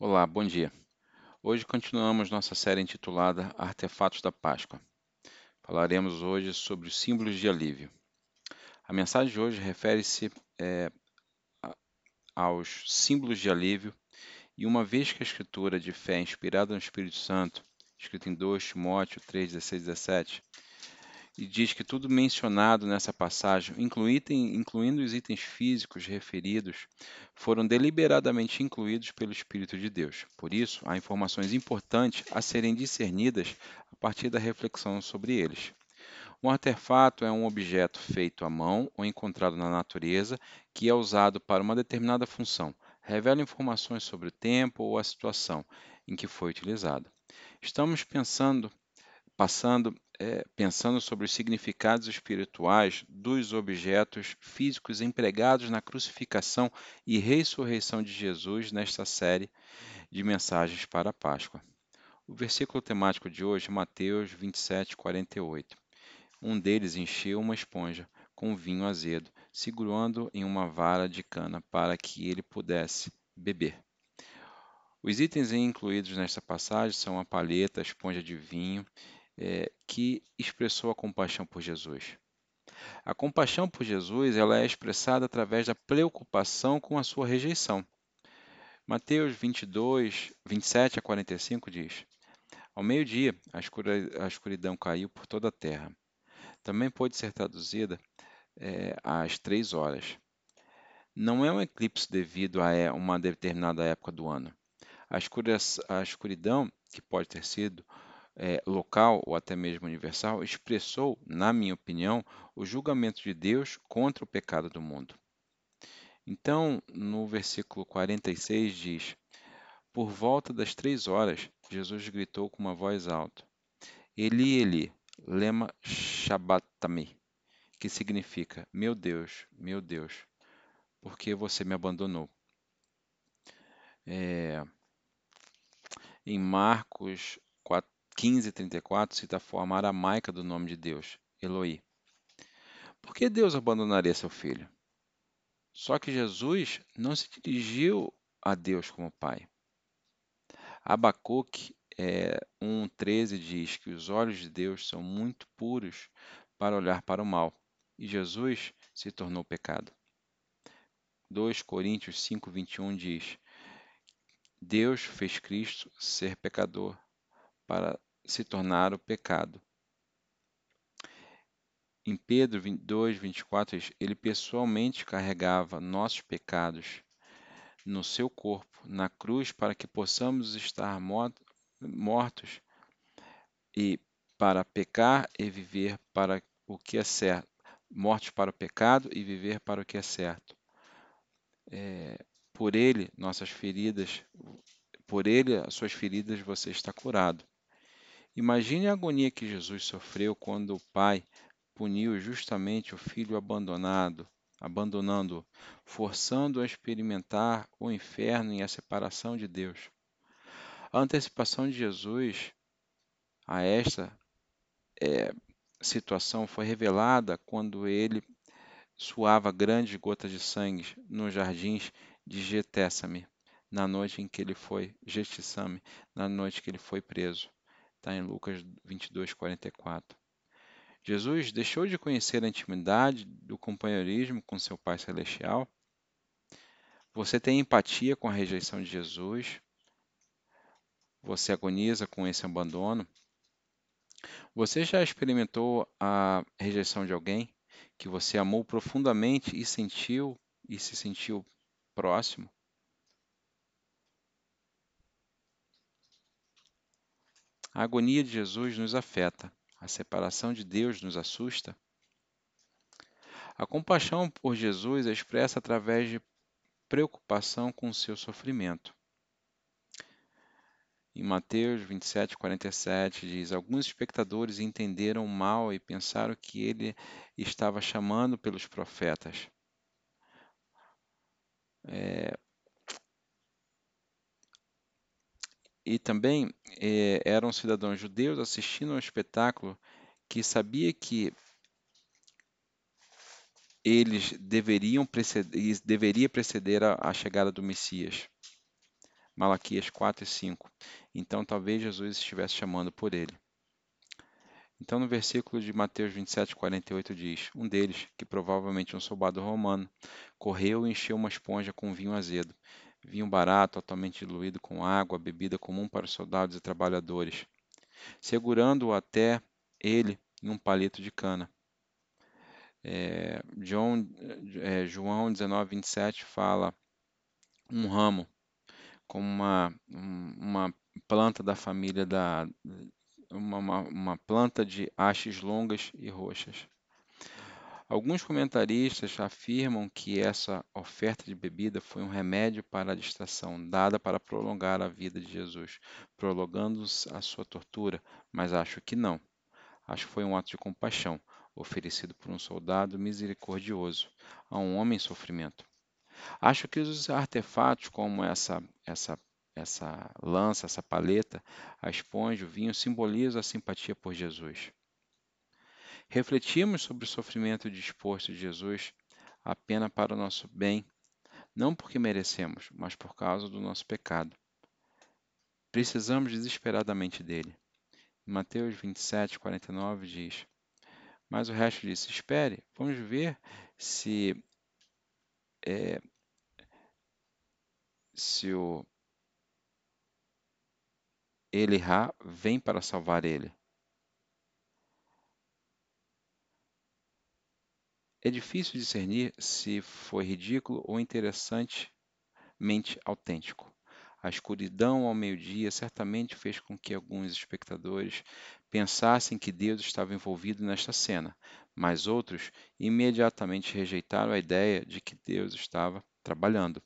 Olá, bom dia. Hoje continuamos nossa série intitulada Artefatos da Páscoa. Falaremos hoje sobre os símbolos de alívio. A mensagem de hoje refere-se a- aos símbolos de alívio, e uma vez que a Escritura de fé é inspirada no Espírito Santo, escrita em 2 Timóteo 3, 16 e 17, e diz que tudo mencionado nessa passagem, incluindo os itens físicos referidos, foram deliberadamente incluídos pelo Espírito de Deus. Por isso, há informações importantes a serem discernidas a partir da reflexão sobre eles. Um artefato é um objeto feito à mão ou encontrado na natureza que é usado para uma determinada função. Revela informações sobre o tempo ou a situação em que foi utilizado. Estamos pensando sobre os significados espirituais dos objetos físicos empregados na crucificação e ressurreição de Jesus nesta série de mensagens para a Páscoa. O versículo temático de hoje é Mateus 27, 48. Um deles encheu uma esponja com vinho azedo, segurando em uma vara de cana para que ele pudesse beber. Os itens incluídos nesta passagem são a palheta, a esponja de vinho, que expressou a compaixão por Jesus. A compaixão por Jesus ela é expressada através da preocupação com a sua rejeição. Mateus 22, 27 a 45 diz: Ao meio-dia, a escuridão caiu por toda a terra. Também pode ser traduzida às 3 horas. Não é um eclipse devido a uma determinada época do ano. A escuridão, que pode ter sido local ou até mesmo universal, expressou, na minha opinião, o julgamento de Deus contra o pecado do mundo. Então, no versículo 46 diz: Por volta das 3 horas, Jesus gritou com uma voz alta: Eli, Eli, lema sabachthani, que significa: meu Deus, por que você me abandonou? É, Em Marcos 15:34 cita a forma aramaica do nome de Deus, Eloi. Por que Deus abandonaria seu filho? Só que Jesus não se dirigiu a Deus como Pai. Abacuque 1,13 diz que os olhos de Deus são muito puros para olhar para o mal, e Jesus se tornou pecado. 2 Coríntios 5:21 diz: Deus fez Cristo ser pecador para se tornar o pecado. Em Pedro 2:24 diz: Ele pessoalmente carregava nossos pecados no seu corpo, na cruz, para que possamos estar mortos e para pecar e viver para o que é certo. Mortos para o pecado e viver para o que é certo. Por ele, por ele, as suas feridas, você está curado. Imagine a agonia que Jesus sofreu quando o Pai puniu justamente o filho abandonando-o, forçando-o a experimentar o inferno e a separação de Deus. A antecipação de Jesus a esta situação foi revelada quando ele suava grandes gotas de sangue nos jardins de Getésame, na noite em que ele foi Getissame, na noite que ele foi preso. Está em Lucas 22:44. Jesus deixou de conhecer a intimidade do companheirismo com seu Pai Celestial? Você tem empatia com a rejeição de Jesus? Você agoniza com esse abandono? Você já experimentou a rejeição de alguém que você amou profundamente e se sentiu próximo? A agonia de Jesus nos afeta. A separação de Deus nos assusta. A compaixão por Jesus é expressa através de preocupação com o seu sofrimento. Em Mateus 27:47 diz: Alguns espectadores entenderam mal e pensaram que ele estava chamando pelos profetas. É, e também eram cidadãos judeus assistindo ao espetáculo que sabia que eles deveria preceder a chegada do Messias. Malaquias 4 e 5. Então talvez Jesus estivesse chamando por ele. Então no versículo de Mateus 27, 48 diz: Um deles, que provavelmente um soldado romano, correu e encheu uma esponja com vinho azedo, vinho barato, altamente diluído com água, bebida comum para os soldados e trabalhadores, segurando-o até ele em um palito de cana. João 19, 27 fala um ramo, como uma planta da família uma planta de hastes longas e roxas. Alguns comentaristas afirmam que essa oferta de bebida foi um remédio para a distração, dada para prolongar a vida de Jesus, prolongando a sua tortura, mas acho que não. Acho que foi um ato de compaixão, oferecido por um soldado misericordioso a um homem em sofrimento. Acho que os artefatos como essa lança, essa paleta, a esponja, o vinho, simbolizam a simpatia por Jesus. Refletimos sobre o sofrimento disposto de Jesus, a pena para o nosso bem, não porque merecemos, mas por causa do nosso pecado. Precisamos desesperadamente dele. Em Mateus 27, 49 diz: Mas o resto disse: Espere, vamos ver se, é, se o Elihá vem para salvar ele. É difícil discernir se foi ridículo ou interessantemente autêntico. A escuridão ao meio-dia certamente fez com que alguns espectadores pensassem que Deus estava envolvido nesta cena, mas outros imediatamente rejeitaram a ideia de que Deus estava trabalhando.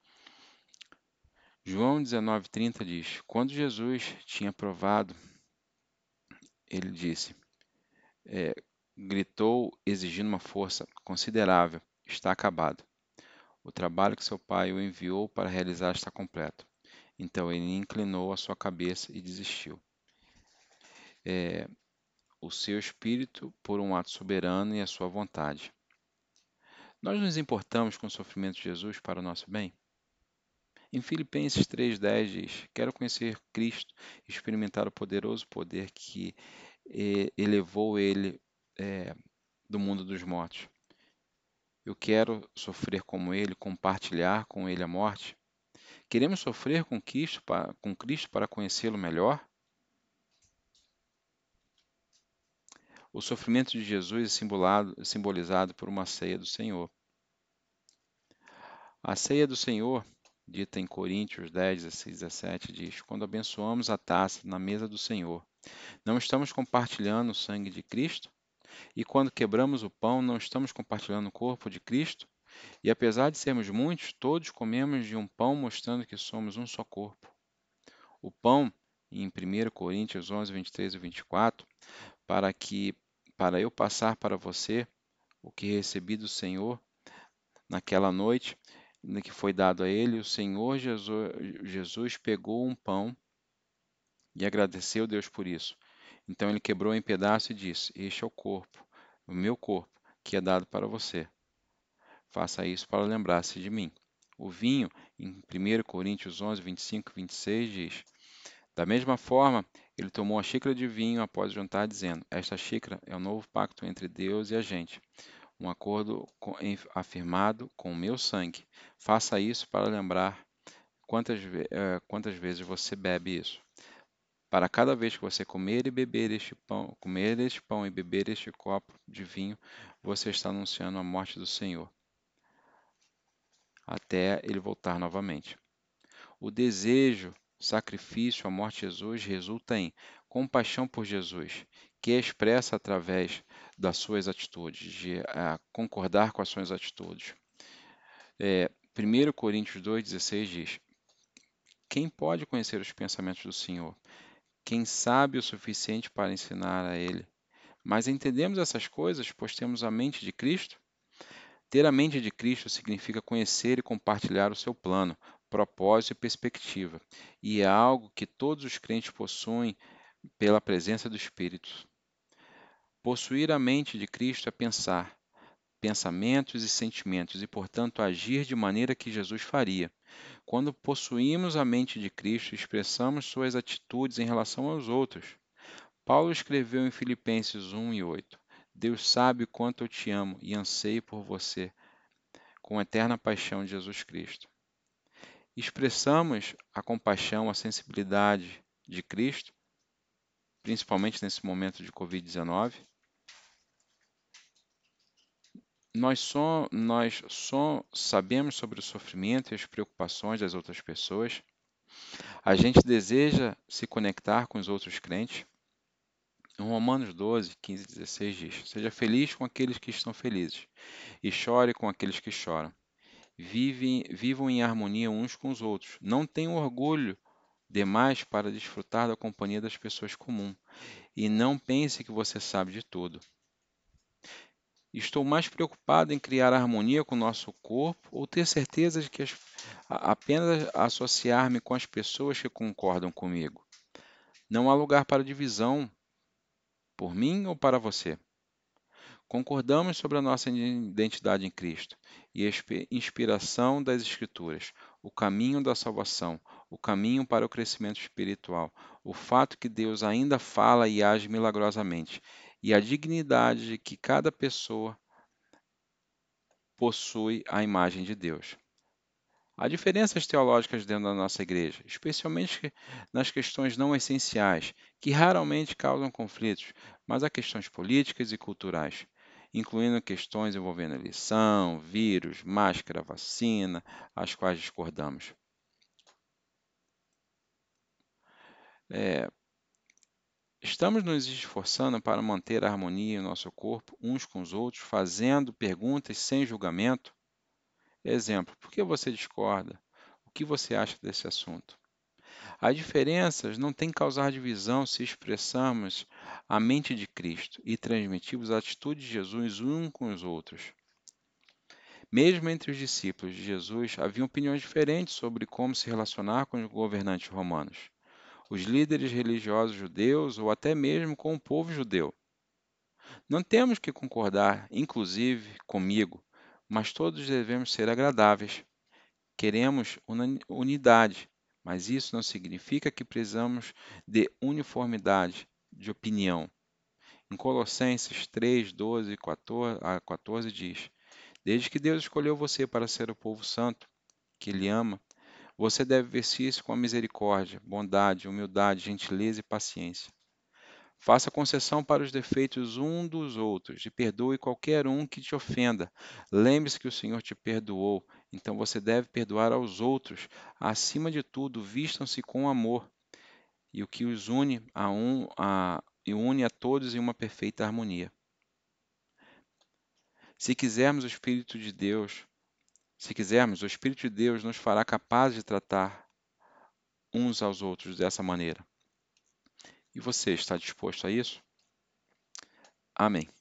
João 19,30 diz: Quando Jesus tinha provado, ele disse, é, gritou, exigindo uma força considerável: Está acabado. O trabalho que seu pai o enviou para realizar está completo. Então ele inclinou a sua cabeça e desistiu. É, o seu espírito por um ato soberano e a sua vontade. Nós nos importamos com o sofrimento de Jesus para o nosso bem? Em Filipenses 3,10 diz: Quero conhecer Cristo e experimentar o poderoso poder que elevou ele do mundo dos mortos. Eu quero sofrer como ele, compartilhar com ele a morte. Queremos sofrer com Cristo para conhecê-lo melhor? O sofrimento de Jesus é simbolizado por uma ceia do Senhor. A ceia do Senhor, dita em Coríntios 10, 16, 17, diz: Quando abençoamos a taça na mesa do Senhor, não estamos compartilhando o sangue de Cristo? E quando quebramos o pão, não estamos compartilhando o corpo de Cristo? E apesar de sermos muitos, todos comemos de um pão, mostrando que somos um só corpo. O pão, em 1 Coríntios 11, 23 e 24, para eu passar para você o que recebi do Senhor naquela noite, que foi dado a ele, o Senhor Jesus pegou um pão e agradeceu a Deus por isso. Então ele quebrou em pedaços e disse: Este é o corpo, o meu corpo, que é dado para você. Faça isso para lembrar-se de mim. O vinho, em 1 Coríntios 11, 25 e 26, diz: Da mesma forma, ele tomou a xícara de vinho após o jantar, dizendo: Esta xícara é o novo pacto entre Deus e a gente, um acordo afirmado com o meu sangue. Faça isso para lembrar quantas vezes você bebe isso. Para cada vez que você comer este pão e beber este copo de vinho, você está anunciando a morte do Senhor, até ele voltar novamente. O desejo, sacrifício, a morte de Jesus resulta em compaixão por Jesus, que é expressa através das suas atitudes, de concordar com as suas atitudes. 1 Coríntios 2,16 diz: Quem pode conhecer os pensamentos do Senhor? Quem sabe o suficiente para ensinar a Ele? Mas entendemos essas coisas, pois temos a mente de Cristo? Ter a mente de Cristo significa conhecer e compartilhar o seu plano, propósito e perspectiva, e é algo que todos os crentes possuem pela presença do Espírito. Possuir a mente de Cristo é pensar: pensamentos e sentimentos e, portanto, agir de maneira que Jesus faria. Quando possuímos a mente de Cristo, expressamos suas atitudes em relação aos outros. Paulo escreveu em Filipenses 1:8: Deus sabe o quanto eu te amo e anseio por você, com a eterna paixão de Jesus Cristo. Expressamos a compaixão, a sensibilidade de Cristo, principalmente nesse momento de Covid-19. Nós só sabemos sobre o sofrimento e as preocupações das outras pessoas. A gente deseja se conectar com os outros crentes. Em Romanos 12, 15 e 16 diz: Seja feliz com aqueles que estão felizes e chore com aqueles que choram. Vivam em harmonia uns com os outros. Não tenham orgulho demais para desfrutar da companhia das pessoas comuns. E não pense que você sabe de tudo. Estou mais preocupado em criar harmonia com o nosso corpo ou ter certeza de que apenas associar-me com as pessoas que concordam comigo. Não há lugar para divisão, por mim ou para você. Concordamos sobre a nossa identidade em Cristo e a inspiração das Escrituras, o caminho da salvação, o caminho para o crescimento espiritual, o fato que Deus ainda fala e age milagrosamente, e a dignidade de que cada pessoa possui a imagem de Deus. Há diferenças teológicas dentro da nossa igreja, especialmente nas questões não essenciais, que raramente causam conflitos, mas há questões políticas e culturais, incluindo questões envolvendo eleição, vírus, máscara, vacina, as quais discordamos. É, Estamos nos esforçando para manter a harmonia em nosso corpo, uns com os outros, fazendo perguntas sem julgamento. Exemplo: por que você discorda? O que você acha desse assunto? As diferenças não têm que causar divisão se expressarmos a mente de Cristo e transmitirmos a atitude de Jesus uns com os outros. Mesmo entre os discípulos de Jesus, havia opiniões diferentes sobre como se relacionar com os governantes romanos, os líderes religiosos judeus ou até mesmo com o povo judeu. Não temos que concordar, inclusive comigo, mas todos devemos ser agradáveis. Queremos unidade, mas isso não significa que precisamos de uniformidade de opinião. Em Colossenses 3, 12 a 14 diz: Desde que Deus escolheu você para ser o povo santo, que Ele ama, você deve vestir-se com a misericórdia, bondade, humildade, gentileza e paciência. Faça concessão para os defeitos um dos outros e perdoe qualquer um que te ofenda. Lembre-se que o Senhor te perdoou, então você deve perdoar aos outros. Acima de tudo, vistam-se com amor, e o que os une a todos em uma perfeita harmonia. Se quisermos, o Espírito de Deus nos fará capazes de tratar uns aos outros dessa maneira. E você está disposto a isso? Amém.